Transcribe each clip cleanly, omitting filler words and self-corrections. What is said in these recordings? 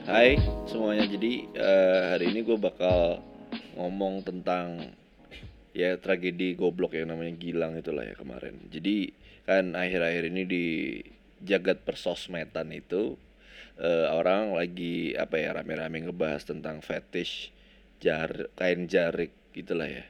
Hai semuanya, jadi hari ini gue bakal ngomong tentang ya tragedi goblok yang namanya Gilang itulah ya kemarin. Jadi kan akhir-akhir ini di jagat persosmedan itu orang lagi apa ya rame-rame ngebahas tentang fetish kain jarik gitulah ya.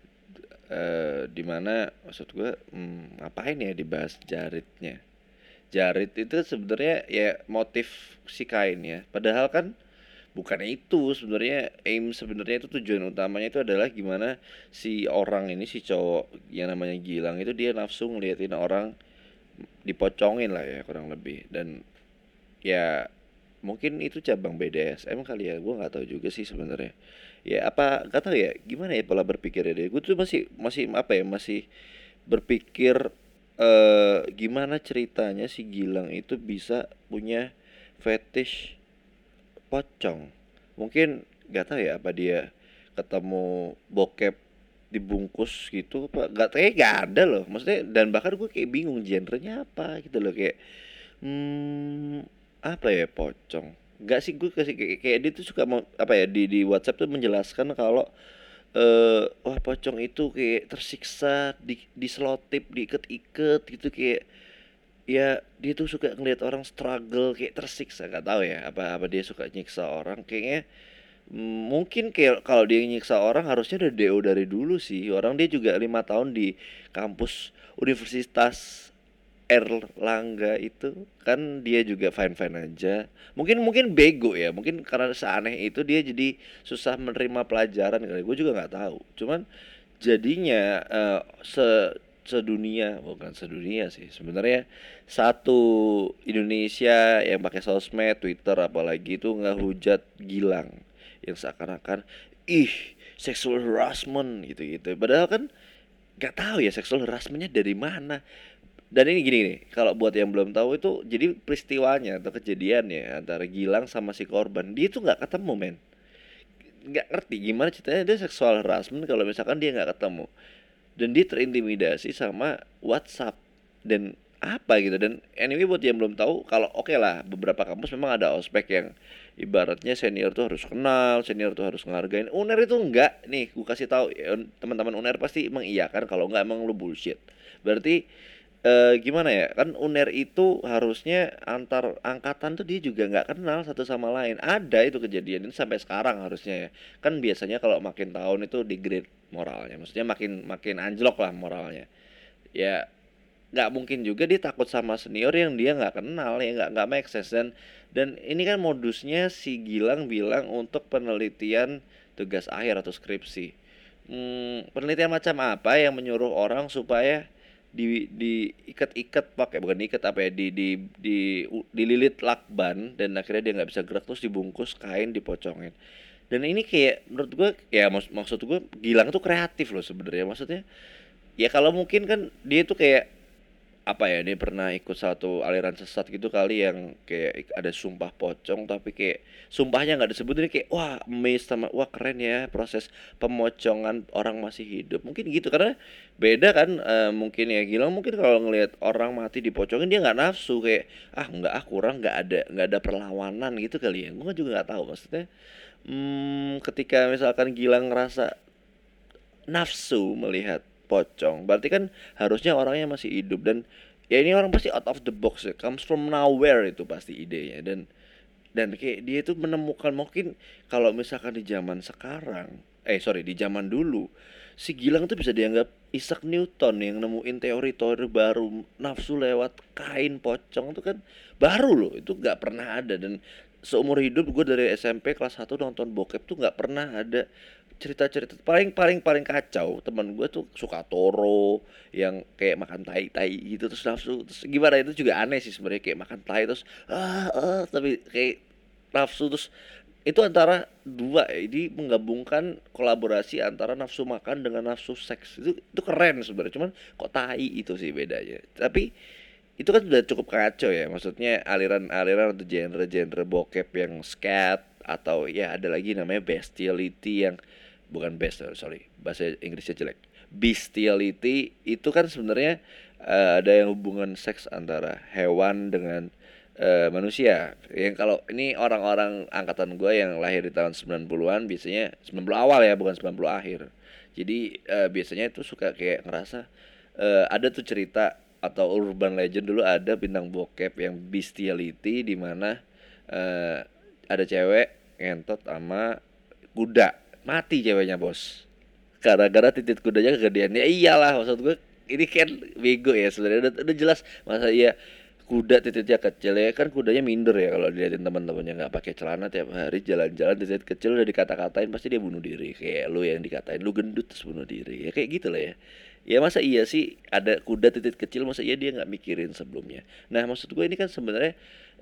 Dimana maksud gue ngapain ya dibahas jaritnya. Jarit itu sebenarnya ya motif si kain ya. Padahal kan bukan itu sebenarnya, sebenarnya itu tujuan utamanya itu adalah gimana si orang ini, si cowok yang namanya Gilang itu dia nafsu ngeliatin orang dipocongin lah ya kurang lebih. Dan ya mungkin itu cabang BDSM kali ya, gue nggak tahu juga sih sebenarnya. Ya apa nggak tahu ya gimana ya pola berpikirnya dia. Gue tuh masih masih apa ya masih berpikir gimana ceritanya si Gilang itu bisa punya fetish pocong. Mungkin nggak tahu ya apa dia ketemu bokep dibungkus gitu apa nggak, kayak nggak ada loh maksudnya. Dan bahkan gue kayak bingung genrenya apa gitu loh, kayak hmm, apa ya pocong. Nggak sih, gue kasih kayak dia tuh suka mau apa ya di WhatsApp tuh menjelaskan kalau wah pocong itu kayak tersiksa, diselotip, diikat-ikat gitu, kayak ya dia tuh suka ngelihat orang struggle kayak tersiksa. Nggak tahu ya apa apa dia suka nyiksa orang kayaknya. Mungkin kayak kalau dia nyiksa orang harusnya udah DO dari dulu sih. Orang dia juga 5 tahun di kampus Universitas Erlangga itu kan, dia juga fine fine aja. Mungkin mungkin bego ya, mungkin karena seaneh itu dia jadi susah menerima pelajaran kali. Gue juga nggak tahu. Cuman jadinya sedunia, bukan sedunia sih sebenarnya, satu Indonesia yang pakai sosmed Twitter apalagi itu ngehujat Gilang yang seakan-akan ih sexual harassment gitu-gitu, padahal kan nggak tahu ya sexual harassmentnya dari mana. Dan ini gini nih, kalau buat yang belum tahu itu, jadi peristiwanya atau kejadiannya antara Gilang sama si korban, dia itu nggak ketemu men. Nggak ngerti gimana ceritanya dia seksual harassment kalau misalkan dia nggak ketemu. Dan dia terintimidasi sama WhatsApp dan apa gitu. Dan anyway buat yang belum tahu, kalau oke lah beberapa kampus memang ada ospek yang ibaratnya senior tuh harus kenal, senior tuh harus ngehargain. Uner itu enggak. Nih gue kasih tahu ya, teman-teman Uner pasti mengiyakan, kalau enggak emang lu bullshit. Berarti gimana ya, kan Uner itu harusnya antar angkatan tuh dia juga nggak kenal satu sama lain. Ada itu kejadian ini sampai sekarang harusnya ya. Kan biasanya kalau makin tahun itu degrade moralnya, maksudnya makin makin anjlok lah moralnya. Ya nggak mungkin juga dia takut sama senior yang dia nggak kenal, ya nggak make sense. Dan ini kan modusnya si Gilang bilang untuk penelitian tugas akhir atau skripsi. Penelitian macam apa yang menyuruh orang supaya diikat-ikat pakai, bukan diikat apa ya, dililit lakban dan akhirnya dia nggak bisa gerak, terus dibungkus kain dipocongin. Dan ini kayak menurut gue ya maksud gue Gilang tuh kreatif loh sebenarnya, maksudnya ya kalau mungkin kan dia tuh kayak apa ya, dia pernah ikut satu aliran sesat gitu kali yang kayak ada sumpah pocong, tapi kayak sumpahnya nggak disebutin, kayak wah amazed sama wah keren ya proses pemocongan orang masih hidup, mungkin gitu. Karena beda kan, mungkin ya Gilang mungkin kalau ngelihat orang mati dipocongin dia nggak nafsu, kayak ah nggak, ah kurang, nggak ada perlawanan gitu kali ya. Gue juga nggak tahu maksudnya. Ketika misalkan Gilang ngerasa nafsu melihat pocong, berarti kan harusnya orangnya masih hidup. Dan ya ini orang pasti out of the box ya, comes from nowhere itu pasti idenya. Dan kayak dia itu menemukan, mungkin kalau misalkan di zaman sekarang, sorry, di zaman dulu, si Gilang tuh bisa dianggap Isaac Newton yang nemuin teori-teori baru. Nafsu lewat kain pocong itu kan baru loh, itu nggak pernah ada. Dan seumur hidup gue dari SMP kelas 1 nonton bokep tuh nggak pernah ada cerita-cerita. Paling paling paling kacau teman gue tuh suka Toro yang kayak makan tai tai gitu terus nafsu, terus gimana, itu juga aneh sih sebenarnya, kayak makan tai terus tapi kayak nafsu. Terus itu antara dua ya, ini menggabungkan kolaborasi antara nafsu makan dengan nafsu seks, itu keren sebenarnya. Cuman kok tai itu sih bedanya. Tapi itu kan sudah cukup kacau ya, maksudnya aliran-aliran atau genre-genre bokep yang scat, atau ya ada lagi namanya bestiality yang bukan best, sorry bahasa Inggrisnya jelek. Bestiality itu kan sebenarnya ada yang hubungan seks antara hewan dengan manusia. Yang kalau ini orang-orang angkatan gue yang lahir di tahun 90-an biasanya 90 awal ya, bukan 90 akhir. Jadi biasanya itu suka kayak ngerasa ada tuh cerita atau urban legend dulu ada bintang bokep yang bestiality di mana ada cewek ngentot sama kuda, mati ceweknya bos, gara-gara titik kudanya kegedean. Ya iyalah, maksud gue ini kan bego ya sebenarnya, udah jelas. Masa iya kuda titiknya kecil, ya kan kudanya minder ya kalau diliatin teman-temannya nggak pakai celana tiap hari jalan-jalan, titik kecil udah dikata-katain pasti dia bunuh diri. Kayak lu yang dikatain lu gendut terus bunuh diri, ya kayak gitu lah ya. Ya masa iya sih ada kuda titik kecil, masa iya dia nggak mikirin sebelumnya. Nah maksud gue ini kan sebenarnya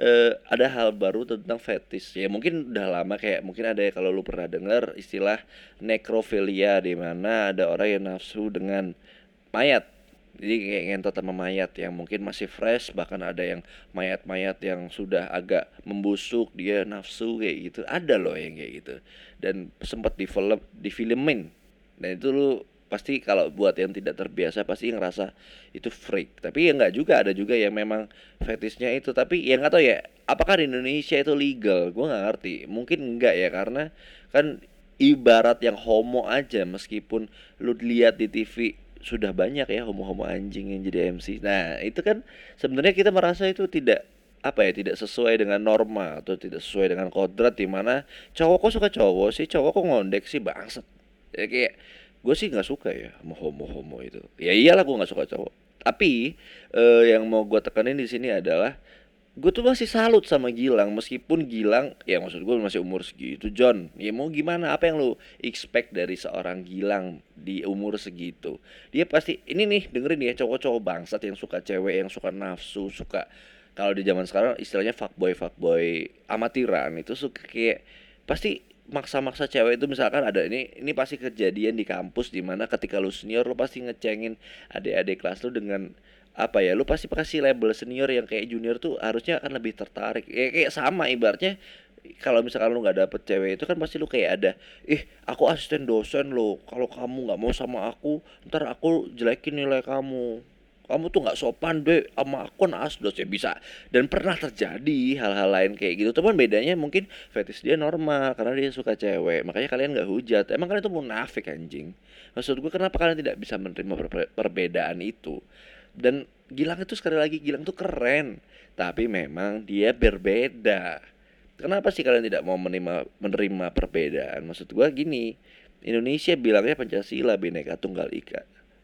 ada hal baru tentang fetish ya, mungkin udah lama. Kayak mungkin ada ya, kalau lu pernah dengar istilah nekrofilia, di mana ada orang yang nafsu dengan mayat. Jadi kayak ngentot sama mayat yang mungkin masih fresh, bahkan ada yang mayat-mayat yang sudah agak membusuk dia nafsu kayak gitu. Ada loh yang kayak gitu. Dan sempat difilmin. Dan itu lu pasti kalau buat yang tidak terbiasa pasti ngerasa itu freak. Tapi ya nggak juga, ada juga yang memang fetishnya itu. Tapi ya nggak tahu ya, apakah di Indonesia itu legal? Gue nggak ngerti. Mungkin enggak ya, karena kan ibarat yang homo aja, meskipun lu lihat di TV sudah banyak ya homo-homo anjing yang jadi MC. Nah, itu kan sebenarnya kita merasa itu tidak apa ya, tidak sesuai dengan norma atau tidak sesuai dengan kodrat, di mana cowok kok suka cowok sih, cowok kok ngondek sih bangsat. Ya kayak gue sih nggak suka ya sama homo-homo itu. Ya iyalah gue nggak suka cowok. Tapi yang mau gue tekanin di sini adalah gue tuh masih salut sama Gilang, meskipun Gilang ya maksud gue masih umur segitu John. Ya mau gimana, apa yang lu expect dari seorang Gilang di umur segitu? Dia pasti ini nih, dengerin ya, cowok-cowok bangsat yang suka cewek, yang suka nafsu, suka kalau di zaman sekarang istilahnya fuckboy fuckboy amatiran, itu suka kayak pasti maksa-maksa cewek itu. Misalkan ada ini pasti kejadian di kampus, di mana ketika lu senior lu pasti ngecengin adik-adik kelas lu dengan apa ya, lu pasti kasih label senior yang kayak junior tuh harusnya akan lebih tertarik ya. Kayak sama ibaratnya kalau misalkan lu nggak dapet cewek itu kan pasti lu kayak ada, aku asisten dosen lo, kalau kamu nggak mau sama aku ntar aku jelekin nilai kamu, kamu tuh nggak sopan deh sama aku kan asdos ya, bisa. Dan pernah terjadi hal-hal lain kayak gitu. Cuman bedanya mungkin fetish dia normal karena dia suka cewek, makanya kalian nggak hujat. Emang kalian tuh munafik anjing. Maksud gue, kenapa kalian tidak bisa menerima perbedaan itu? Dan Gilang itu, sekali lagi, Gilang tuh keren, tapi memang dia berbeda. Kenapa sih kalian tidak mau menerima perbedaan? Maksud gua gini, Indonesia bilangnya Pancasila Bhinneka Tunggal Ika.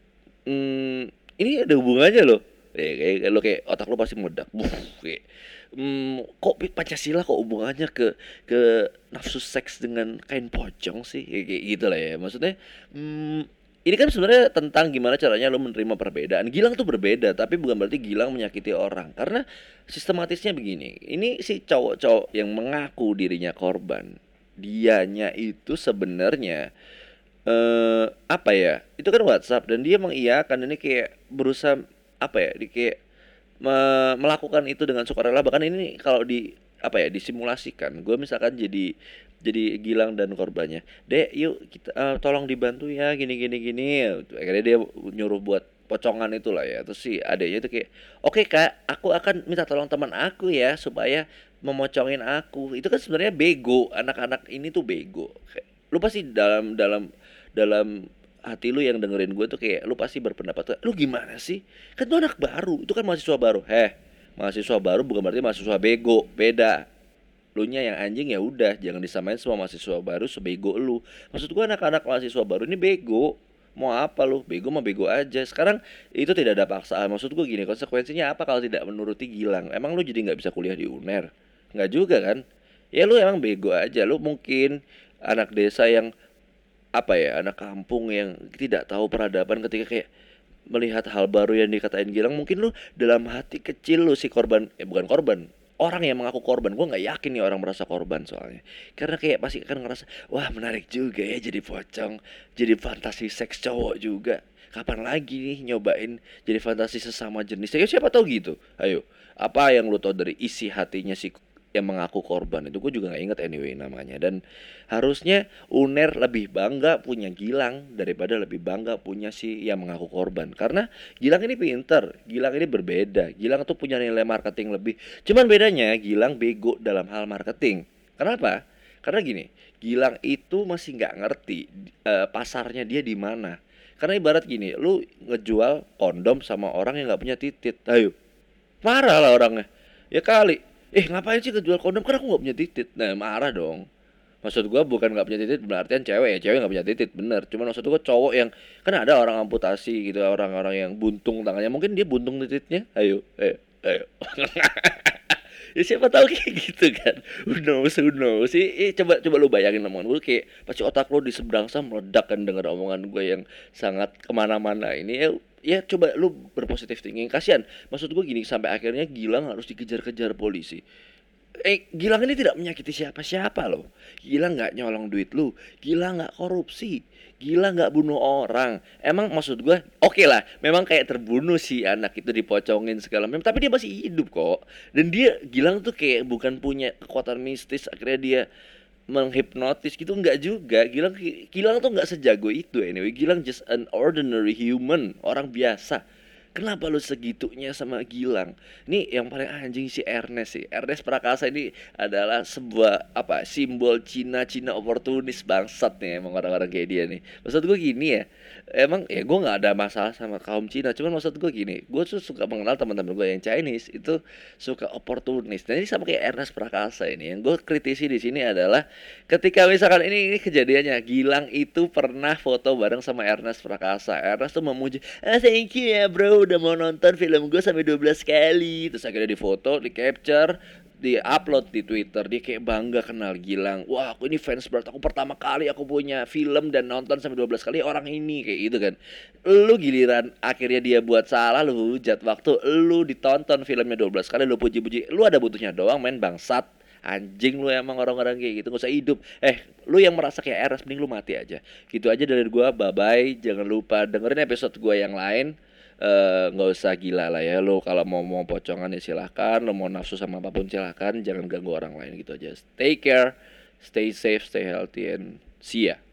Ini ada hubungannya loh. Kayak lo, kayak otak lo pasti meledak. Kayak, kok Pancasila kok hubungannya ke nafsu seks dengan kain pocong sih? Kayak gitu lah ya. Maksudnya, ini kan sebenarnya tentang gimana caranya lo menerima perbedaan. Gilang tuh berbeda, tapi bukan berarti Gilang menyakiti orang. Karena sistematisnya begini. Ini si cowok-cowok yang mengaku dirinya korban, dianya itu sebenarnya apa ya? Itu kan WhatsApp dan dia mengiyakan ini, kayak berusaha apa ya? Di kayak melakukan itu dengan sukarela. Bahkan ini kalau di apa ya, disimulasikan, gue misalkan jadi Gilang dan korbannya, dek yuk kita tolong dibantu ya gini gini gini. Akhirnya dia nyuruh buat pocongan itulah ya. Terus si adeknya itu kayak, oke kak, aku akan minta tolong teman aku ya supaya memocongin aku. Itu kan sebenarnya bego, anak-anak ini tuh bego. Lu pasti dalam dalam dalam hati lu yang dengerin gue tuh kayak lu pasti berpendapat tuh, lu gimana sih, kan tuh anak baru, itu kan mahasiswa baru. Mahasiswa baru bukan berarti mahasiswa bego, beda. Lu nya yang anjing, ya udah jangan disamain semua mahasiswa baru sebego lu. Maksud gua anak-anak mahasiswa baru ini bego. Mau apa lu? Bego mah bego aja. Sekarang itu tidak ada paksaan. Maksud gua gini, konsekuensinya apa kalau tidak menuruti Gilang? Emang lu jadi nggak bisa kuliah di UNER? Nggak juga kan? Ya lu emang bego aja. Lu mungkin anak desa yang apa ya, anak kampung yang tidak tahu peradaban. Ketika kayak melihat hal baru yang dikatain Gilang, mungkin lu dalam hati kecil lu si korban, bukan korban, orang yang mengaku korban. Gue nggak yakin nih orang merasa korban soalnya, karena kayak pasti akan ngerasa, wah menarik juga ya jadi pocong, jadi fantasi seks cowok juga. Kapan lagi nih nyobain jadi fantasi sesama jenis? Ya siapa tahu gitu. Ayo, apa yang lu tahu dari isi hatinya si yang mengaku korban itu gue juga nggak inget anyway namanya. Dan harusnya UNER lebih bangga punya Gilang daripada lebih bangga punya si yang mengaku korban, karena Gilang ini pinter, Gilang ini berbeda, Gilang tuh punya nilai marketing lebih. Cuman bedanya Gilang bego dalam hal marketing. Kenapa? Karena gini, Gilang itu masih nggak ngerti pasarnya dia di mana. Karena ibarat gini, lu ngejual kondom sama orang yang nggak punya titit, ayo marah lah orangnya. Ya kali, ngapain sih ngejual kondom, karena aku nggak punya titit. Nah marah dong. Maksud gua bukan nggak punya titit berarti cewek ya, cewek nggak punya titit bener. Cuman maksud gua cowok yang, kan ada orang amputasi gitu, orang-orang yang buntung tangannya, mungkin dia buntung titiknya. Ayo, ayo, ayo. Ya siapa tahu kayak gitu kan. Who knows sih. Coba coba lu bayangin omongan gue, kayak pasti otak lu di seberang sana meledak kan denger omongan gue yang sangat kemana-mana ini ya. Ya coba lu berpositif thinking. Kasihan, maksud gue gini, sampai akhirnya Gilang harus dikejar-kejar polisi. Gilang ini tidak menyakiti siapa-siapa loh. Gilang nggak nyolong duit lu, Gilang nggak korupsi, Gilang nggak bunuh orang. Emang maksud gue, oke lah, memang kayak terbunuh si anak itu, dipocongin segala macam, tapi dia masih hidup kok. Dan dia, Gilang tuh kayak bukan punya kekuatan mistis akhirnya dia menghipnotis gitu, nggak juga. Gilang Gilang tuh nggak sejago itu anyway. Gilang just an ordinary human, orang biasa. Kenapa lu segitunya sama Gilang? Nih yang paling anjing si Ernest sih. Ernest Prakasa ini adalah sebuah apa, simbol Cina oportunis bangsat nih emang orang-orang kayak dia nih. Maksud gue gini ya. Emang ya gue nggak ada masalah sama kaum Cina, cuman maksud gue gini, gue tuh suka mengenal teman-teman gue yang Chinese itu suka oportunis. Dan ini sama kayak Ernest Prakasa ini. Yang gue kritisi di sini adalah ketika misalkan ini kejadiannya, Gilang itu pernah foto bareng sama Ernest Prakasa. Ernest tuh memuji, thank you ya bro udah mau nonton film gue sampai 12 kali. Terus akhirnya difoto, di capture, di upload di Twitter. Dia kayak bangga kenal Gilang. Wah aku ini fans berat, aku pertama kali aku punya film dan nonton sampai 12 kali orang ini, kayak gitu kan. Lu giliran akhirnya dia buat salah, lu hujat, waktu lu ditonton filmnya 12 kali lu puji-puji, lu ada butuhnya doang main bangsat. Anjing lu emang orang-orang kayak gitu, gak usah hidup. Lu yang merasa kayak Eres, mending lu mati aja. Gitu aja dari gua, bye bye. Jangan lupa dengerin episode gua yang lain. Nggak usah gila lah ya. Lu kalau mau pocongan ya silahkan, lu mau nafsu sama apapun silahkan, jangan ganggu orang lain gitu aja. Take care, stay safe, stay healthy, and see ya.